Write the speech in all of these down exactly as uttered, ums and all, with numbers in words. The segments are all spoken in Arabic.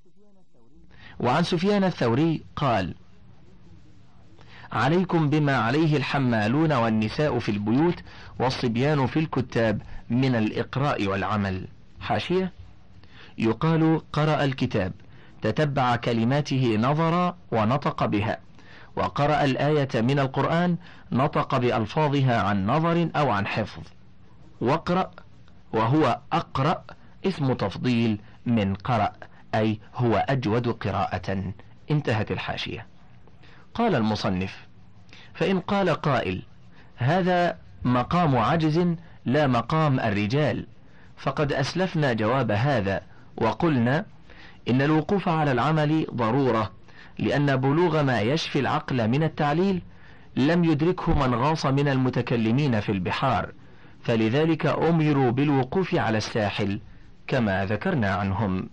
وعن سفيان الثوري قال: عليكم بما عليه الحمالون والنساء في البيوت والصبيان في الكتاب من الإقراء والعمل. حاشية: يقال قرأ الكتاب، تتبع كلماته نظر ونطق بها، وقرأ الآية من القرآن نطق بألفاظها عن نظر أو عن حفظ. واقرأ وهو أقرأ اسم تفضيل من قرأ، أي هو أجود قراءة. انتهت الحاشية. قال المصنف: فإن قال قائل: هذا مقام عجز لا مقام الرجال، فقد أسلفنا جواب هذا وقلنا إن الوقوف على العمل ضرورة، لأن بلوغ ما يشفي العقل من التعليل لم يدركه من غاص من المتكلمين في البحار، فلذلك أمروا بالوقوف على الساحل كما ذكرنا عنهم.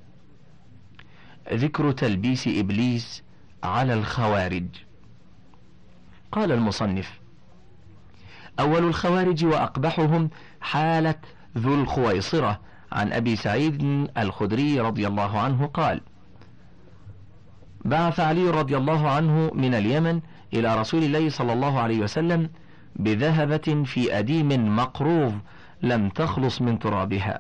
ذكر تلبيس إبليس على الخوارج. قال المصنف: أول الخوارج وأقبحهم حالة ذو الخويصرة، عن أبي سعيد الخدري رضي الله عنه قال: بعث علي رضي الله عنه من اليمن إلى رسول الله صلى الله عليه وسلم بذهبة في أديم مقروض لم تخلص من ترابها،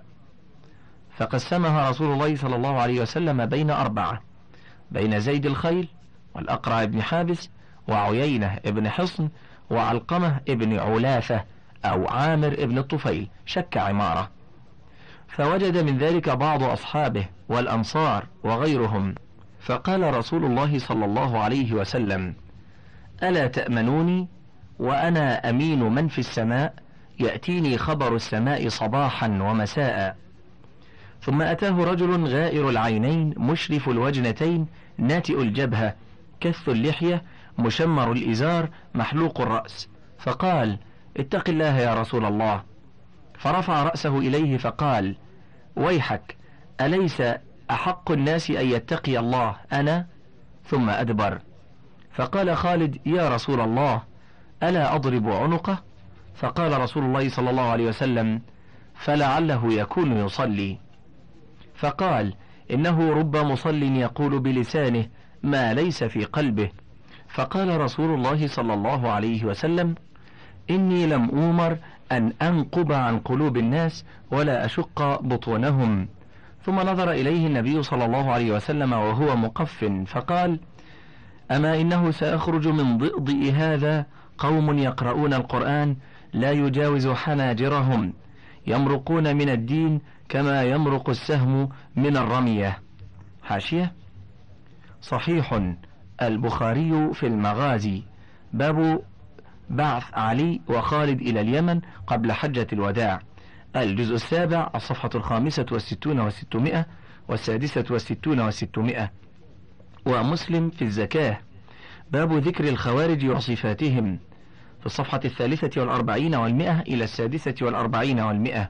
فقسمها رسول الله صلى الله عليه وسلم بين أربعة، بين زيد الخيل والأقرع بن حابس وعيينة ابن حصن وعلقمة ابن علاثة أو عامر ابن الطفيل، شك عمارة. فوجد من ذلك بعض أصحابه والأنصار وغيرهم، فقال رسول الله صلى الله عليه وسلم: ألا تأمنوني وأنا أمين من في السماء، يأتيني خبر السماء صباحا ومساء. ثم أتاه رجل غائر العينين مشرف الوجنتين ناتئ الجبهة كث اللحية مشمر الإزار محلوق الرأس، فقال: اتق الله يا رسول الله. فرفع رأسه إليه فقال: ويحك، أليس أحق الناس أن يتقي الله أنا؟ ثم أدبر. فقال خالد: يا رسول الله، ألا أضرب عنقه؟ فقال رسول الله صلى الله عليه وسلم: فلعله يكون يصلي. فقال: إنه رب مصل يقول بلسانه ما ليس في قلبه. فقال رسول الله صلى الله عليه وسلم: إني لم أومر أن أنقب عن قلوب الناس ولا أشق بطونهم. ثم نظر إليه النبي صلى الله عليه وسلم وهو مقف فقال: أما إنه سأخرج من ضئضئ هذا قوم يقرؤون القرآن لا يجاوز حناجرهم، يمرقون من الدين كما يمرق السهم من الرمية. حاشية: صحيح البخاري في المغازي، باب بعث علي وخالد إلى اليمن قبل حجة الوداع، الجزء السابع الصفحة الخامسة والستون والستمائة والسادسة والستون والستمائة. ومسلم في الزكاة، باب ذكر الخوارج وصفاتهم، في الصفحة الثالثة والأربعين والمئة إلى السادسة والأربعين والمئة.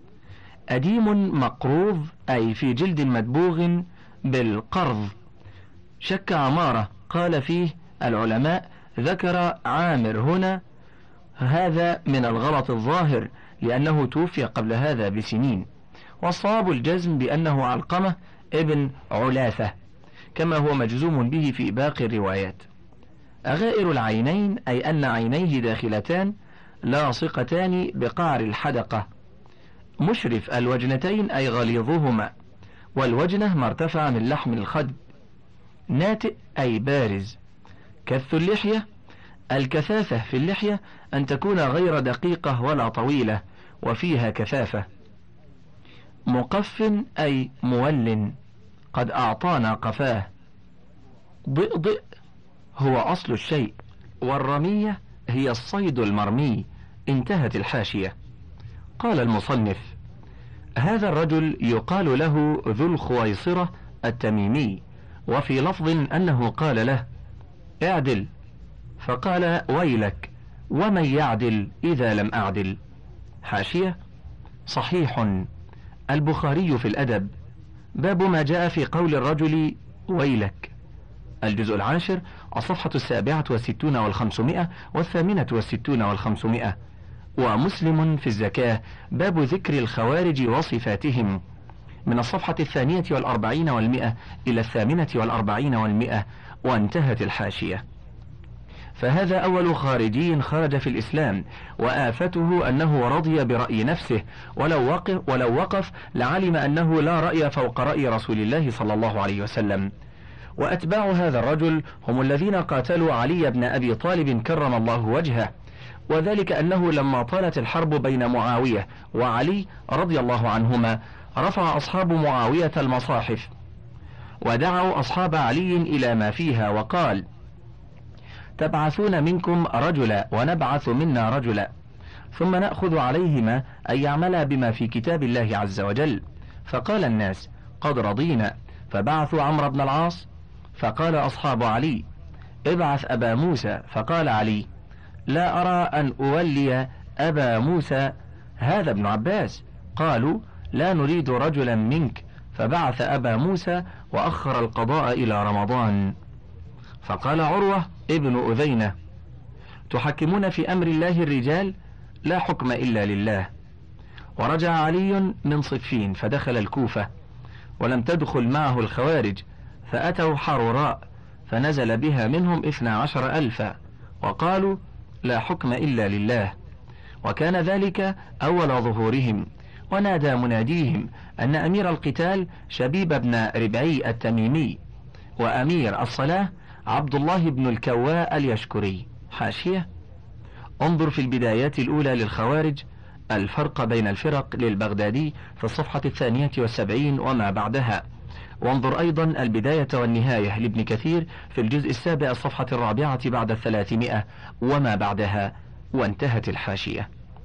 أديم مقروض أي في جلد مدبوغ بالقرض. شك عمارة، قال فيه العلماء ذكر عامر هنا، هذا من الغلط الظاهر لأنه توفي قبل هذا بسنين، والصواب الجزم بأنه علقمة ابن علاثة كما هو مجزوم به في باقي الروايات. أغائر العينين أي أن عينيه داخلتان لاصقتان بقعر الحدقة. مشرف الوجنتين أي غليظهما، والوجنة ما ارتفع من لحم الخد. ناتئ أي بارز. كث اللحية، الكثافة في اللحية أن تكون غير دقيقة ولا طويلة وفيها كثافة. مقف أي مول، قد أعطانا قفاه. ضئضئ هو أصل الشيء، والرمية هي الصيد المرمي. انتهت الحاشية. قال المصنف: هذا الرجل يقال له ذو الخويصرة التميمي، وفي لفظ أنه قال له: اعدل، فقال: ويلك، ومن يعدل إذا لم أعدل. حاشية: صحيح البخاري في الأدب، باب ما جاء في قول الرجل ويلك، الجزء العاشر الصفحة السابعة والستون والخمسمائة والثامنة والستون والخمسمائة. ومسلم في الزكاة، باب ذكر الخوارج وصفاتهم، من الصفحة الثانية والأربعين والمئة إلى الثامنة والأربعين والمئة. وانتهت الحاشية. فهذا أول خارجي خرج في الإسلام، وآفته أنه رضي برأي نفسه، ولو وقف, ولو وقف لعلم أنه لا رأي فوق رأي رسول الله صلى الله عليه وسلم. وأتباع هذا الرجل هم الذين قاتلوا علي بن أبي طالب كرم الله وجهه، وذلك أنه لما طالت الحرب بين معاوية وعلي رضي الله عنهما رفع أصحاب معاوية المصاحف ودعوا أصحاب علي إلى ما فيها، وقال: تبعثون منكم رجلا ونبعث منا رجلا، ثم نأخذ عليهما أن يعملا بما في كتاب الله عز وجل. فقال الناس: قد رضينا. فبعثوا عمرو بن العاص، فقال أصحاب علي: ابعث أبا موسى. فقال علي: لا أرى أن أولي أبا موسى، هذا ابن عباس. قالوا: لا نريد رجلا منك. فبعث أبا موسى وأخر القضاء إلى رمضان. فقال عروة ابن أذينة: تحكمون في أمر الله الرجال، لا حكم إلا لله. ورجع علي من صفين فدخل الكوفة، ولم تدخل معه الخوارج، فأتوا حروراء فنزل بها منهم اثنا عشر ألفا، وقالوا: لا حكم إلا لله. وكان ذلك أول ظهورهم. ونادى مناديهم أن أمير القتال شبيب بن ربعي التميمي، وأمير الصلاة عبد الله بن الكواء اليشكري. حاشية: انظر في البدايات الأولى للخوارج الفرق بين الفرق للبغدادي في الصفحة الثانية والسبعين وما بعدها. وانظر أيضا البداية والنهاية لابن كثير في الجزء السابع الصفحة الرابعة بعد الثلاثمائة وما بعدها. وانتهت الحاشية.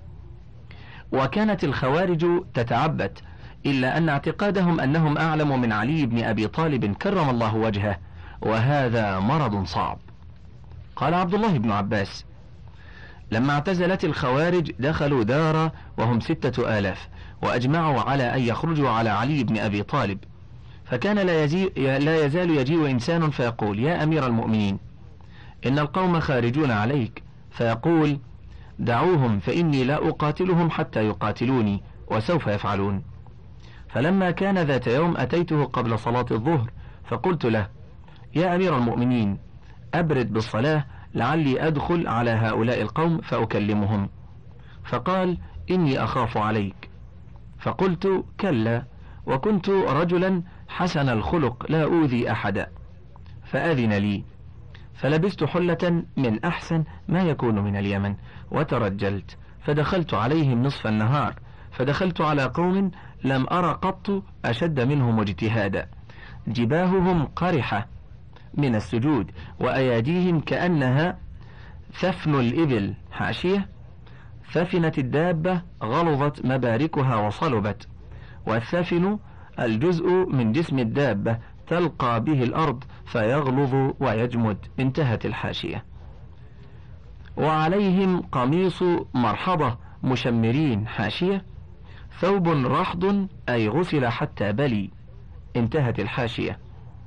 وكانت الخوارج تتعبد، إلا أن اعتقادهم أنهم أعلم من علي بن أبي طالب كرم الله وجهه، وهذا مرض صعب. قال عبد الله بن عباس: لما اعتزلت الخوارج دخلوا دار وهم ستة آلاف، وأجمعوا على أن يخرجوا على علي بن أبي طالب، فكان لا, يزي لا يزال يجيء إنسان فيقول: يا أمير المؤمنين، إن القوم خارجون عليك. فيقول: دعوهم فإني لا أقاتلهم حتى يقاتلوني، وسوف يفعلون. فلما كان ذات يوم أتيته قبل صلاة الظهر فقلت له: يا أمير المؤمنين، أبرد بالصلاة لعلي أدخل على هؤلاء القوم فأكلمهم. فقال: إني أخاف عليك. فقلت: كلا، وكنت رجلا حسن الخلق لا أوذي أحدا. فأذن لي، فلبست حلة من أحسن ما يكون من اليمن، وترجلت، فدخلت عليهم نصف النهار، فدخلت على قوم لم أرى قط أشد منهم اجتهادا، جباههم قرحة من السجود، وأياديهم كأنها ثفن الإبل. حاشية: ثفنت الدابة غلظت مباركها وصلبت، والثفن الجزء من جسم الدابة تلقى به الأرض فيغلظ ويجمد. انتهت الحاشية. وعليهم قميص مرحضة مشمرين. حاشية: ثوب رحض أي غسل حتى بلي. انتهت الحاشية.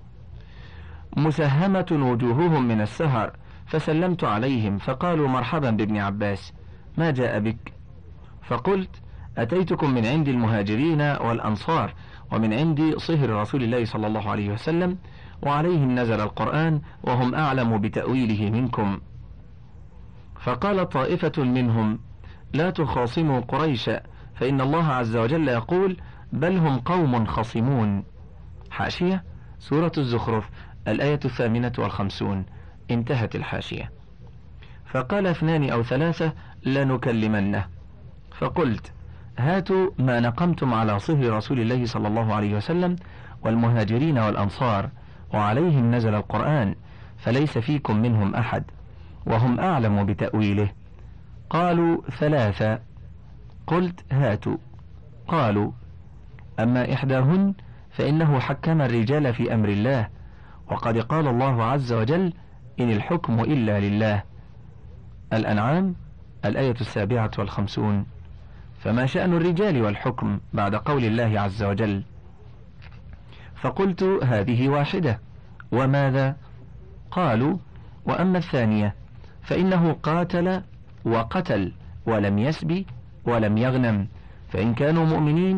مسهمة وجوههم من السهر، فسلمت عليهم فقالوا: مرحبا بابن عباس، ما جاء بك؟ فقلت: أتيتكم من عند المهاجرين والأنصار، ومن عند صهر رسول الله صلى الله عليه وسلم، وعليهم نزل القرآن وهم أعلم بتأويله منكم. فقال طائفة منهم: لا تخاصموا قريشا، فإن الله عز وجل يقول: بل هم قوم خصمون. حاشية: سورة الزخرف الآية الثامنة والخمسون. انتهت الحاشية. فقال اثنان أو ثلاثة: لنكلمنه. فقلت: هاتوا ما نقمتم على صهر رسول الله صلى الله عليه وسلم والمهاجرين والأنصار، وعليهم نزل القرآن، فليس فيكم منهم أحد، وهم أعلم بتأويله. قالوا: ثلاثة. قلت: هاتوا. قالوا: أما إحداهن فإنه حكم الرجال في أمر الله، وقد قال الله عز وجل: إن الحكم إلا لله. الأنعام الآية السابعة والخمسون. فما شأن الرجال والحكم بعد قول الله عز وجل؟ فقلت: هذه واحدة. وماذا؟ قالوا: وأما الثانية فإنه قاتل وقتل ولم يسبي ولم يغنم، فإن كانوا مؤمنين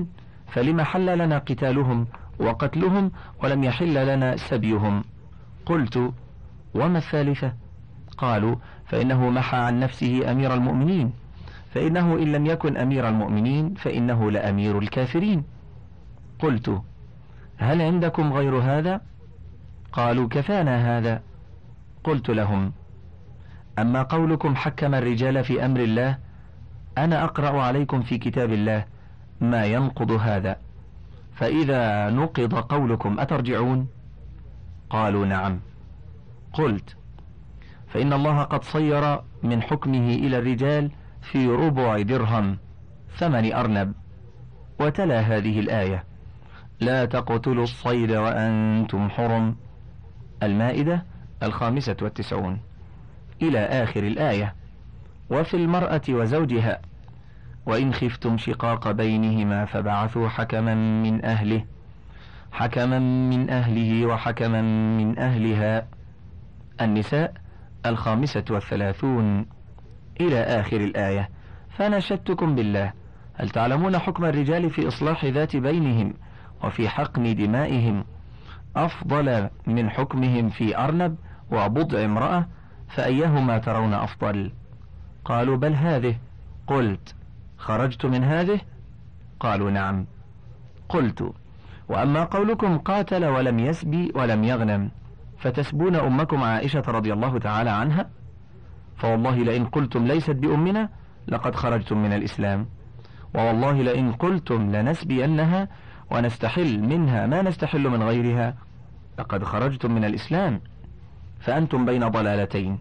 فلما حل لنا قتالهم وقتلهم ولم يحل لنا سبيهم؟ قلت: وما الثالثة؟ قالوا: فإنه محى عن نفسه أمير المؤمنين، فإنه إن لم يكن أمير المؤمنين فإنه لأمير الكافرين. قلت: هل عندكم غير هذا؟ قالوا: كفانا هذا. قلت لهم: أما قولكم حكم الرجال في أمر الله، أنا أقرأ عليكم في كتاب الله ما ينقض هذا، فإذا نقض قولكم أترجعون؟ قالوا: نعم. قلت: فإن الله قد صير من حكمه إلى الرجال في ربع درهم ثمن أرنب، وتلا هذه الآية: لا تقتلوا الصيد وأنتم حرم، المائدة الخامسة والتسعون، إلى آخر الآية. وفي المرأة وزوجها: وإن خفتم شقاق بينهما فبعثوا حكما من أهله حكما من أهله وحكما من أهلها، النساء الخامسة والثلاثون، إلى آخر الآية. فنشدتكم بالله، هل تعلمون حكم الرجال في إصلاح ذات بينهم وفي حقن دمائهم أفضل من حكمهم في أرنب وبضع امرأة؟ فأيهما ترون أفضل؟ قالوا: بل هذه. قلت: خرجت من هذه؟ قالوا: نعم. قلت: وأما قولكم قاتل ولم يسبي ولم يغنم، فتسبون أمكم عائشة رضي الله تعالى عنها؟ فوالله لئن قلتم ليست بأمنا لقد خرجتم من الإسلام، ووالله لئن قلتم لنسبينها ونستحل منها ما نستحل من غيرها لقد خرجتم من الإسلام. فأنتم بين ضلالتين،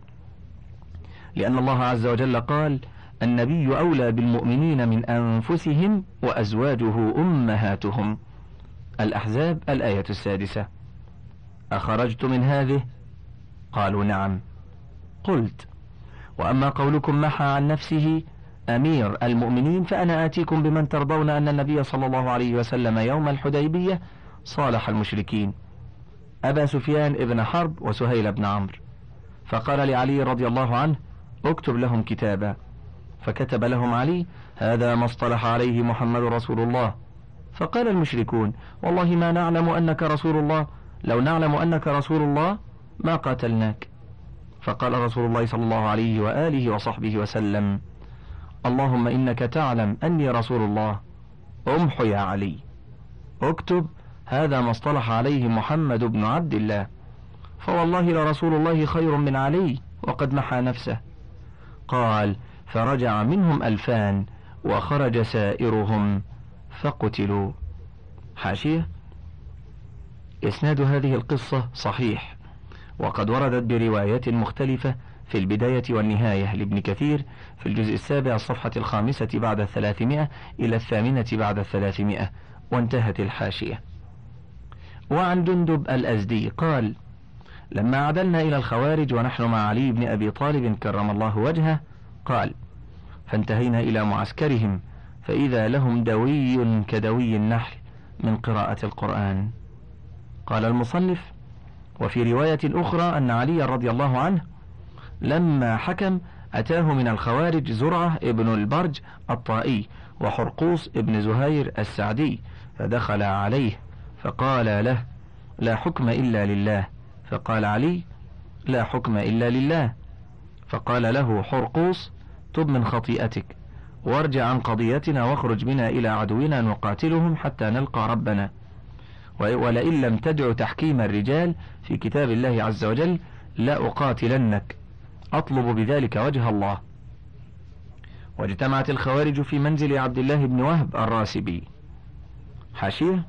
لأن الله عز وجل قال: النبي أولى بالمؤمنين من أنفسهم وأزواجه أمهاتهم، الأحزاب الآية السادسة. أخرجت من هذه؟ قالوا: نعم. قلت: وأما قولكم محى عن نفسه أمير المؤمنين، فأنا آتيكم بمن ترضون أن النبي صلى الله عليه وسلم يوم الحديبية صالح المشركين، أبا سفيان ابن حرب وسهيل بن عمرو، فقال لعلي رضي الله عنه: اكتب لهم كتابا، فكتب لهم علي: هذا ما اصطلح عليه محمد رسول الله. فقال المشركون: والله ما نعلم أنك رسول الله، لو نعلم أنك رسول الله ما قاتلناك. فقال رسول الله صلى الله عليه وآله وصحبه وسلم: اللهم إنك تعلم أني رسول الله، امح يا علي، اكتب: هذا ما اصطلح عليه محمد بن عبد الله، فوالله لرسول الله خير من علي وقد محى نفسه. قال: فرجع منهم ألفان وخرج سائرهم فقتلوا. حاشية: إسناد هذه القصة صحيح، وقد وردت بروايات مختلفة في البداية والنهاية لابن كثير في الجزء السابع الصفحة الخامسة بعد الثلاثمائة إلى الثامنة بعد الثلاثمائة، وانتهت الحاشية. وعن جندب الأزدي قال: لما عدلنا إلى الخوارج ونحن مع علي بن أبي طالب كرم الله وجهه، قال: فانتهينا إلى معسكرهم فإذا لهم دوي كدوي النحل من قراءة القرآن. قال المصنف: وفي رواية أخرى أن علي رضي الله عنه لما حكم أتاه من الخوارج زرعة ابن البرج الطائي وحرقوس ابن زهير السعدي، فدخل عليه فقال له: لا حكم إلا لله. فقال علي: لا حكم إلا لله. فقال له حرقوس: تب من خطيئتك وارجع عن قضيتنا واخرج بنا إلى عدونا نقاتلهم حتى نلقى ربنا، ولئن لم تدع تحكيم الرجال في كتاب الله عز وجل لا أقاتلنك، أطلب بذلك وجه الله. واجتمعت الخوارج في منزل عبد الله بن وهب الراسبي. حاشية: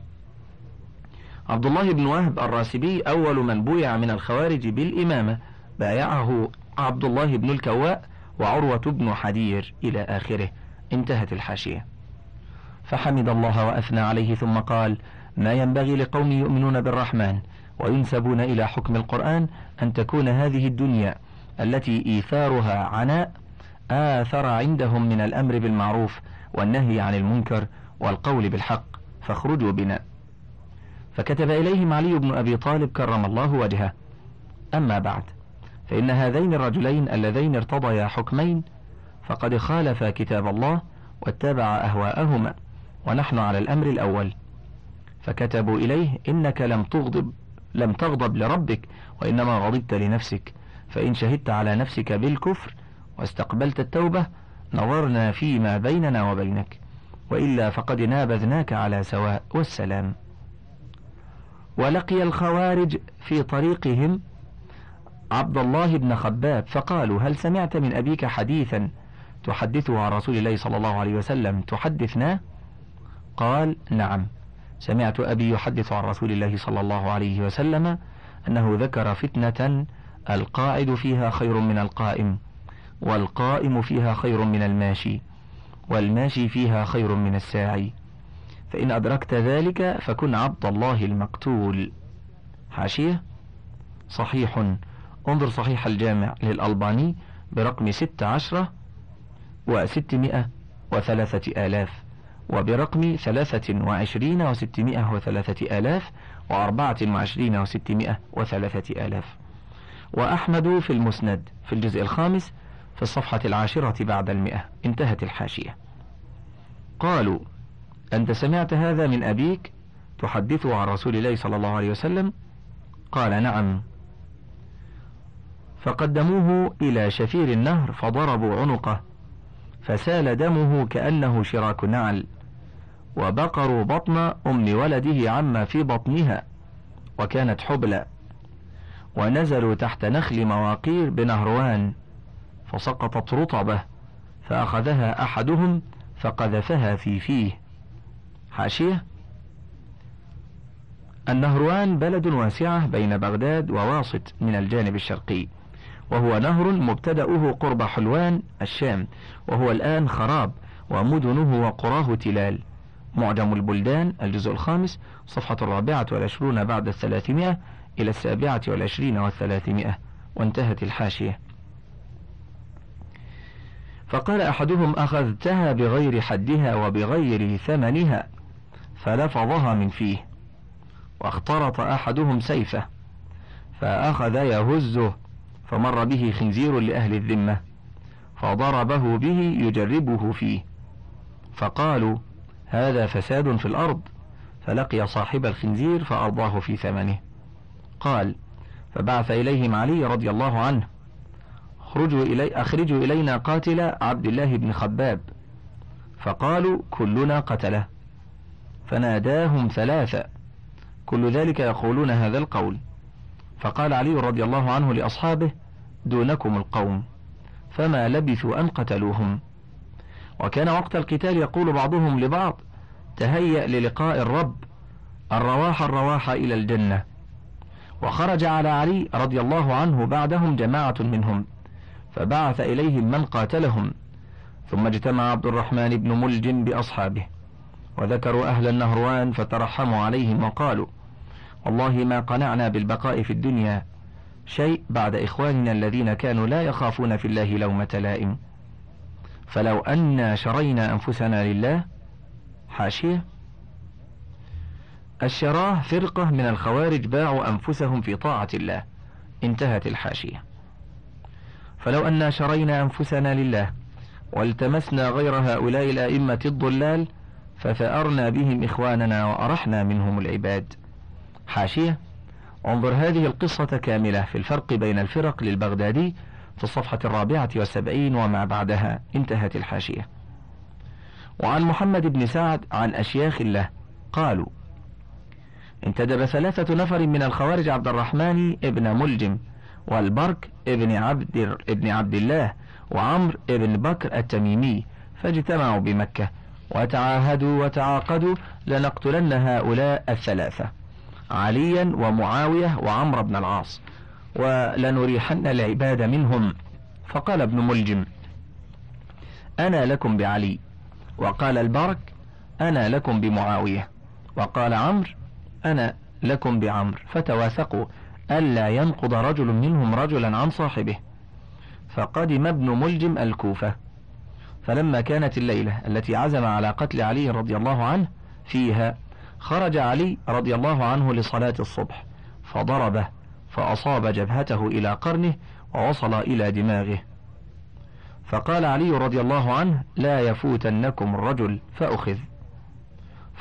عبد الله بن وهب الراسبي أول من بويع من الخوارج بالإمامة، بايعه عبد الله بن الكواء وعروة بن حدير إلى آخره، انتهت الحاشية. فحمد الله وأثنى عليه ثم قال: ما ينبغي لقوم يؤمنون بالرحمن وينسبون إلى حكم القرآن أن تكون هذه الدنيا التي إيثارها عناء آثر عندهم من الأمر بالمعروف والنهي عن المنكر والقول بالحق، فاخرجوا بنا. فكتب إليهم علي بن أبي طالب كرم الله وجهه: أما بعد، فإن هذين الرجلين اللذين ارتضيا حكمين فقد خالفا كتاب الله واتبع أهواءهما، ونحن على الأمر الأول. فكتبوا إليه: إنك لم تغضب لم تغضب لربك، وإنما غضبت لنفسك، فإن شهدت على نفسك بالكفر واستقبلت التوبة نظرنا فيما بيننا وبينك، وإلا فقد نابذناك على سواء، والسلام. ولقي الخوارج في طريقهم عبد الله بن خباب فقالوا: هل سمعت من أبيك حديثا تحدثه عن رسول الله صلى الله عليه وسلم تحدثنا؟ قال: نعم، سمعت أبي يحدث عن رسول الله صلى الله عليه وسلم أنه ذكر فتنة القاعد فيها خير من القائم، والقائم فيها خير من الماشي، والماشي فيها خير من الساعي، فإن أدركت ذلك فكن عبد الله المقتول. حاشية: صحيح، انظر صحيح الجامع للألباني برقم ست عشرة وستمائة وثلاثة آلاف، وبرقم ثلاثة وعشرين وستمائة وثلاثة آلاف، وأربعة وعشرين وستمائة وثلاثة آلاف. وأحمد في المسند في الجزء الخامس في الصفحة العاشرة بعد المئة. انتهت الحاشية. قالوا: أنت سمعت هذا من أبيك تحدثه عن رسول الله صلى الله عليه وسلم؟ قال: نعم. فقدموه إلى شفير النهر فضربوا عنقه فسال دمه كأنه شراك نعل، وبقروا بطن أم ولده عما في بطنها وكانت حبلى، ونزلوا تحت نخل مواقير بنهروان فسقطت رطبة فأخذها أحدهم فقذفها في فيه. حاشية: النهروان بلد واسعة بين بغداد وواسط من الجانب الشرقي، وهو نهر مبتدأه قرب حلوان الشام، وهو الآن خراب، ومدنه وقراه تلال. معجم البلدان الجزء الخامس صفحة الرابعة والعشرون بعد الثلاثمائة إلى السابعة والعشرين والثلاثمائة. وانتهت الحاشية. فقال أحدهم: أخذتها بغير حدها وبغير ثمنها، فلفظها من فيه. واخترط أحدهم سيفه فأخذ يهزه، فمر به خنزير لأهل الذمة فضربه به يجربه فيه، فقالوا: هذا فساد في الأرض، فلقي صاحب الخنزير فأرضاه في ثمنه. قال: فبعث إليهم علي رضي الله عنه: اخرجوا, إلي أخرجوا إلينا قاتل عبد الله بن خباب، فقالوا: كلنا قتله. فناداهم ثلاثة كل ذلك يقولون هذا القول، فقال علي رضي الله عنه لأصحابه: دونكم القوم، فما لبثوا أن قتلوهم. وكان وقت القتال يقول بعضهم لبعض: تهيأ للقاء الرب، الرواح الرواح إلى الجنة. وخرج على علي رضي الله عنه بعدهم جماعة منهم فبعث إليهم من قاتلهم، ثم اجتمع عبد الرحمن بن ملجم بأصحابه وذكروا أهل النهروان فترحموا عليهم وقالوا: والله ما قنعنا بالبقاء في الدنيا شيء بعد إخواننا الذين كانوا لا يخافون في الله لومة لائم، فلو أنا شرينا أنفسنا لله. حاشية: الشراه فرقة من الخوارج باعوا أنفسهم في طاعة الله. انتهت الحاشية. فلو أنا شرينا أنفسنا لله والتمسنا غير هؤلاء الأئمة الضلال فثأرنا بهم إخواننا وأرحنا منهم العباد. حاشية: انظر هذه القصة كاملة في الفرق بين الفرق للبغدادي في الصفحة الرابعة والسبعين وما بعدها. انتهت الحاشية. وعن محمد بن سعد عن أشياخ له قالوا: انتدب ثلاثة نفر من الخوارج عبد الرحمن ابن ملجم، والبرك ابن عبد, ابن عبد الله، وعمر ابن بكر التميمي، فاجتمعوا بمكة وتعاهدوا وتعاقدوا لنقتلن هؤلاء الثلاثة: عليا ومعاوية وعمر بن العاص، ولنريحن العباد منهم. فقال ابن ملجم: أنا لكم بعلي، وقال البرك: أنا لكم بمعاوية، وقال عمرو: أنا لكم بعمر، فتواثقوا ألا ينقض رجل منهم رجلا عن صاحبه. فقدم ابن ملجم الكوفة، فلما كانت الليلة التي عزم على قتل علي رضي الله عنه فيها خرج علي رضي الله عنه لصلاة الصبح فضربه فأصاب جبهته إلى قرنه ووصل إلى دماغه، فقال علي رضي الله عنه: لا يفوتنكم الرجل، فأخذ.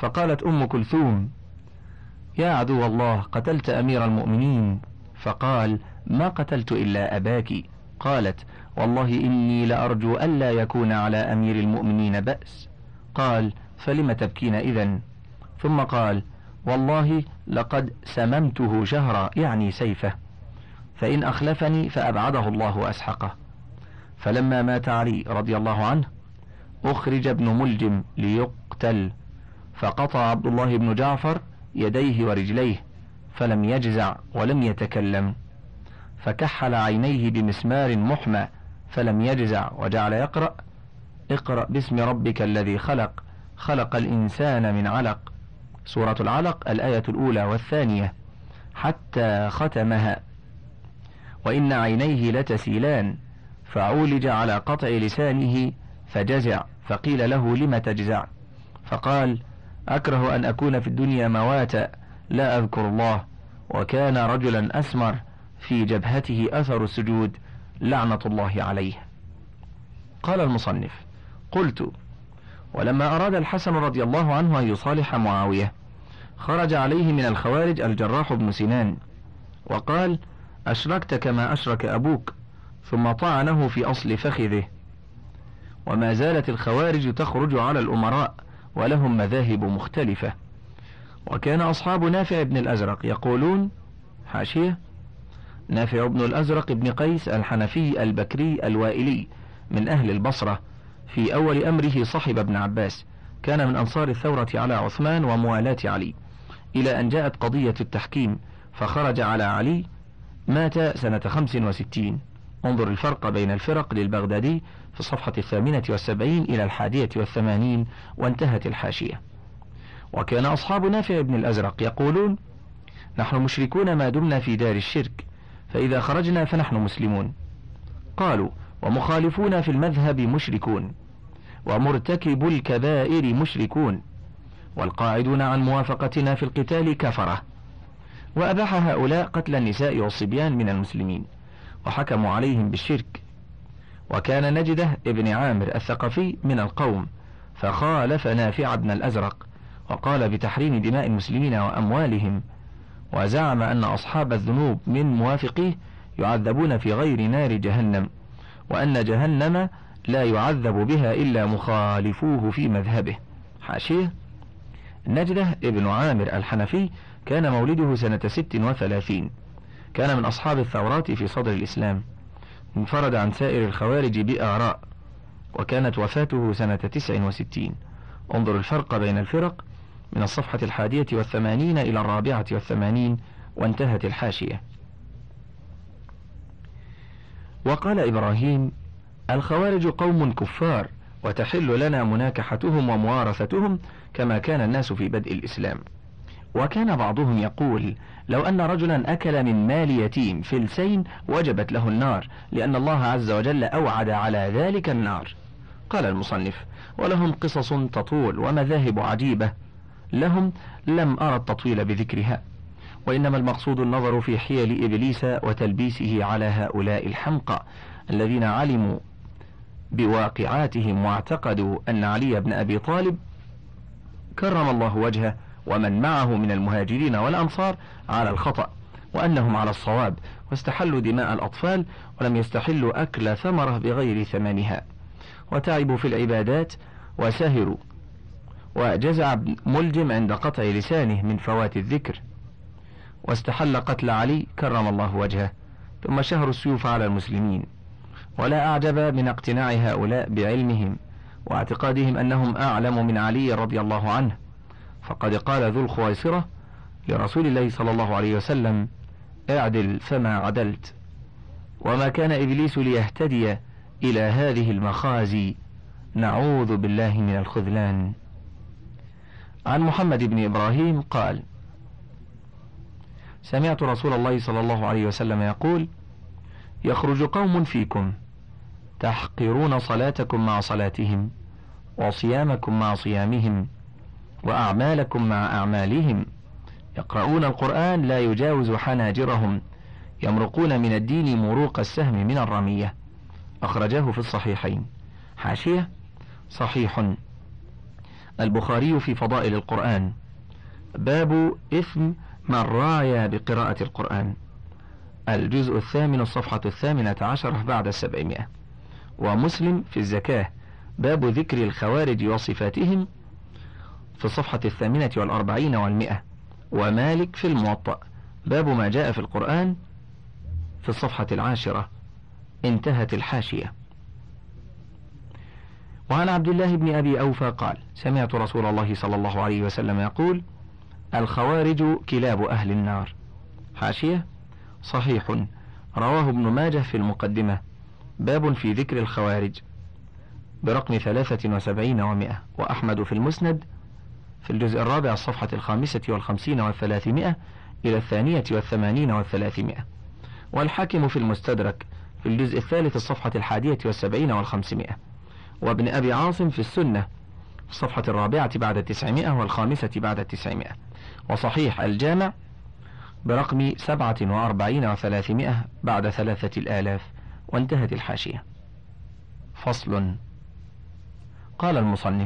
فقالت أم كلثوم: يا عدو الله، قتلت أمير المؤمنين. فقال: ما قتلت إلا أباك. قالت: والله إني لأرجو ألا يكون على أمير المؤمنين بأس. قال: فلم تبكين إذن؟ ثم قال: والله لقد سممته شهرا، يعني سيفه، فإن أخلفني فأبعده الله وأسحقه. فلما مات علي رضي الله عنه أخرج ابن ملجم ليقتل، فقطع عبد الله بن جعفر يديه ورجليه فلم يجزع ولم يتكلم، فكحل عينيه بمسمار محمى فلم يجزع، وجعل يقرأ: اقرأ باسم ربك الذي خلق، خلق الإنسان من علق، سورة العلق الآية الأولى والثانية، حتى ختمها. وإن عينيه لتسيلان، فعولج على قطع لسانه فجزع، فقيل له: لم تجزع؟ فقال: أكره أن أكون في الدنيا مواتا لا أذكر الله. وكان رجلا أسمر في جبهته أثر السجود، لعنة الله عليه. قال المصنف: قلت: ولما أراد الحسن رضي الله عنه أن يصالح معاوية خرج عليه من الخوارج الجراح بن سنان وقال: أشركت كما أشرك أبوك، ثم طعنه في أصل فخذه. وما زالت الخوارج تخرج على الأمراء ولهم مذاهب مختلفة. وكان أصحاب نافع بن الأزرق يقولون: حاشية: نافع بن الأزرق بن قيس الحنفي البكري الوائلي من أهل البصرة، في أول أمره صحب ابن عباس، كان من أنصار الثورة على عثمان وموالاة علي، إلى أن جاءت قضية التحكيم فخرج على علي. مات سنة خمس وستين. انظر الفرق بين الفرق للبغدادي في الصفحة الثامنة والسبعين إلى الحادية والثمانين، وانتهت الحاشية. وكان أصحاب نافع بن الأزرق يقولون: نحن مشركون ما دمنا في دار الشرك، فإذا خرجنا فنحن مسلمون. قالوا: ومخالفون في المذهب مشركون، ومرتكب الكبائر مشركون، والقاعدون عن موافقتنا في القتال كفرة. وأباح هؤلاء قتل النساء والصبيان من المسلمين، وحكموا عليهم بالشرك. وكان نجده ابن عامر الثقفي من القوم، فخالف نافع بن الأزرق وقال بتحريم دماء المسلمين وأموالهم، وزعم أن أصحاب الذنوب من موافقيه يعذبون في غير نار جهنم، وأن جهنم لا يعذب بها إلا مخالفوه في مذهبه. حاشية: نجده ابن عامر الحنفي كان مولده سنة ست وثلاثين، كان من أصحاب الثورات في صدر الإسلام، انفرد عن سائر الخوارج بآراء، وكانت وفاته سنة تسع وستين. انظر الفرق بين الفرق من الصفحة الحادية والثمانين إلى الرابعة والثمانين، وانتهت الحاشية. وقال إبراهيم: الخوارج قوم كفار، وتحل لنا مناكحتهم وموارثتهم كما كان الناس في بدء الإسلام. وكان بعضهم يقول: لو أن رجلا أكل من مال يتيم فلسين وجبت له النار، لأن الله عز وجل أوعد على ذلك النار. قال المصنف: ولهم قصص تطول ومذاهب عجيبة لهم لم أرى التطويل بذكرها، وإنما المقصود النظر في حيل إبليس وتلبيسه على هؤلاء الحمقى الذين علموا بواقعاتهم واعتقدوا أن علي بن أبي طالب كرم الله وجهه ومن معه من المهاجرين والأنصار على الخطأ، وأنهم على الصواب، واستحلوا دماء الأطفال ولم يستحلوا أكل ثمرة بغير ثمنها، وتعبوا في العبادات وسهروا، وجزع ملجم عند قطع لسانه من فوات الذكر، واستحل قتل علي كرم الله وجهه، ثم شهروا السيوف على المسلمين. ولا أعجب من اقتناع هؤلاء بعلمهم واعتقادهم أنهم أعلم من علي رضي الله عنه، فقد قال ذو الخويصرة لرسول الله صلى الله عليه وسلم: اعدل فما عدلت. وما كان إبليس ليهتدي إلى هذه المخازي، نعوذ بالله من الخذلان. عن محمد بن إبراهيم قال: سمعت رسول الله صلى الله عليه وسلم يقول: يخرج قوم فيكم تحقرون صلاتكم مع صلاتهم، وصيامكم مع صيامهم، وأعمالكم مع أعمالهم، يقرؤون القرآن لا يجاوز حناجرهم، يمرقون من الدين مروق السهم من الرمية. أخرجاه في الصحيحين. حاشية: صحيح. البخاري في فضائل القرآن باب إثم من رايا بقراءة القرآن، الجزء الثامن الصفحة الثامنة عشرة بعد السبعمائة. ومسلم في الزكاة باب ذكر الخوارج وصفاتهم في الصفحة الثامنة والأربعين والمئة. ومالك في الموطأ باب ما جاء في القرآن في الصفحة العاشرة. انتهت الحاشية. وعن عبد الله بن أبي أوفى قال سمعت رسول الله صلى الله عليه وسلم يقول الخوارج كلاب أهل النار. حاشية صحيح، رواه ابن ماجه في المقدمة باب في ذكر الخوارج برقم ثلاثة وسبعين ومئة. وأحمد في المسند في الجزء الرابع الصفحة الخامسة والخمسين والثلاثمائة إلى الثانية والثمانين والثلاثمائة. والحاكم في المستدرك في الجزء الثالث الصفحة الحادية والسبعين والخمسمائة. وابن أبي عاصم في السنة في الصفحة الرابعة بعد التسعمائة والخامسة بعد التسعمائة. وصحيح الجامع برقم سبعة وأربعين وثلاثمائة بعد ثلاثة الآلاف. وانتهت الحاشية. فصل. قال المصنف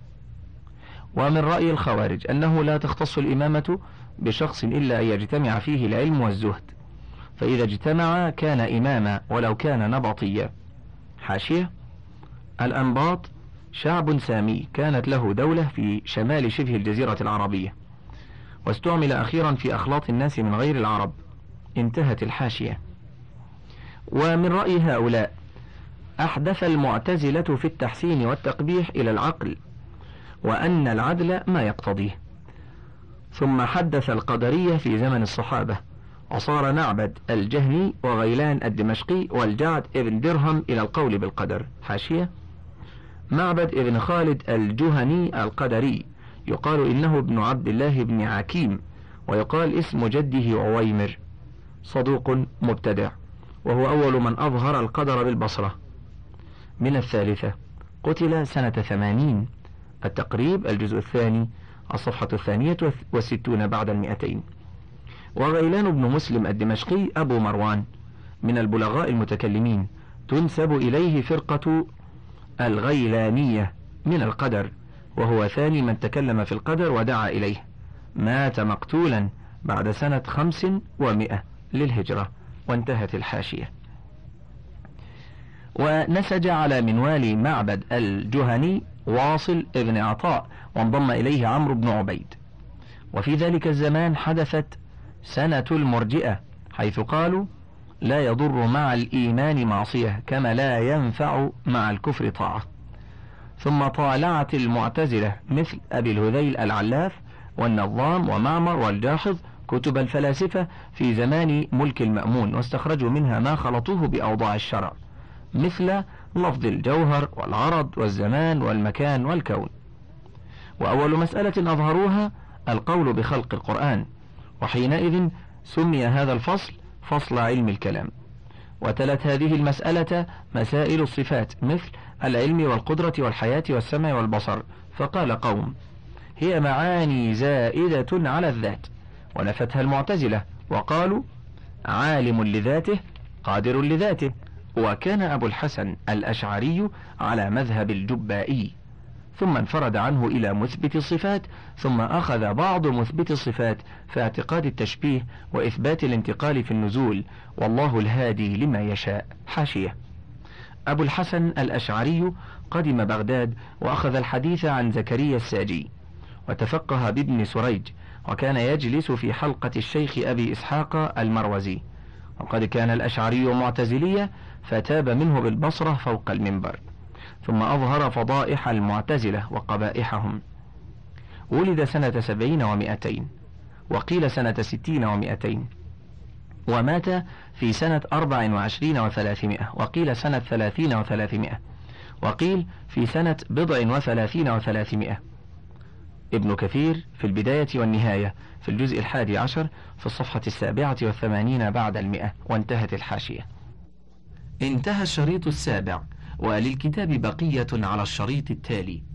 ومن رأي الخوارج أنه لا تختص الإمامة بشخص إلا أن يجتمع فيه العلم والزهد، فإذا اجتمع كان إماما ولو كان نبطيا. حاشية الأنباط شعب سامي كانت له دولة في شمال شبه الجزيرة العربية، واستعمل أخيرا في أخلاط الناس من غير العرب. انتهت الحاشية. ومن رأي هؤلاء أحدث المعتزلة في التحسين والتقبيح إلى العقل، وأن العدل ما يقتضيه. ثم حدث القدرية في زمن الصحابة، وصار معبد الجهني وغيلان الدمشقي والجعد ابن درهم إلى القول بالقدر. حاشية معبد ابن خالد الجهني القدري يقال إنه ابن عبد الله بن عكيم، ويقال اسم جده عويمر، صدوق مبتدع، وهو أول من أظهر القدر بالبصرة. من الثالثة قتل سنة ثمانين. التقريب الجزء الثاني الصفحة الثانية والستون بعد المئتين. وغيلان بن مسلم الدمشقي أبو مروان من البلغاء المتكلمين، تنسب إليه فرقة الغيلانية من القدر، وهو ثاني من تكلم في القدر ودعا إليه. مات مقتولا بعد سنة خمس ومئة للهجرة. وانتهت الحاشية. ونسج على منوال معبد الجهني واصل ابن عطاء، وانضم إليه عمرو بن عبيد. وفي ذلك الزمان حدثت سنة المرجئة، حيث قالوا لا يضر مع الإيمان معصية كما لا ينفع مع الكفر طاعة. ثم طالعت المعتزلة مثل أبي الهذيل العلاف والنظام ومعمر والجاحظ كتب الفلاسفة في زمان ملك المأمون، واستخرجوا منها ما خلطوه بأوضاع الشرع، مثل لفظ الجوهر والعرض والزمان والمكان والكون. وأول مسألة أظهروها القول بخلق القرآن، وحينئذ سمي هذا الفصل فصل علم الكلام. وتلت هذه المسألة مسائل الصفات مثل العلم والقدرة والحياة والسمع والبصر، فقال قوم هي معاني زائدة على الذات، ونفتها المعتزلة وقالوا عالم لذاته قادر لذاته. وكان أبو الحسن الأشعري على مذهب الجبائي، ثم انفرد عنه إلى مثبت الصفات، ثم أخذ بعض مثبت الصفات في اعتقاد التشبيه وإثبات الانتقال في النزول، والله الهادي لما يشاء. حاشية أبو الحسن الأشعري قدم بغداد وأخذ الحديث عن زكريا الساجي، وتفقه بابن سريج، وكان يجلس في حلقة الشيخ أبي إسحاق المروزي. وقد كان الأشعري معتزلية فتاب منه بالبصرة فوق المنبر، ثم أظهر فضائح المعتزلة وقبائحهم. ولد سنة سبعين ومائتين، وقيل سنة ستين ومائتين، ومات في سنة أربع وعشرين وثلاثمائة، وقيل سنة ثلاثين وثلاثمائة، وقيل في سنة بضع وثلاثين وثلاثمائة. ابن كثير في البداية والنهاية في الجزء الحادي عشر في الصفحة السابعة والثمانين بعد المئة. وانتهت الحاشية. انتهى الشريط السابع، وللكتاب بقية على الشريط التالي.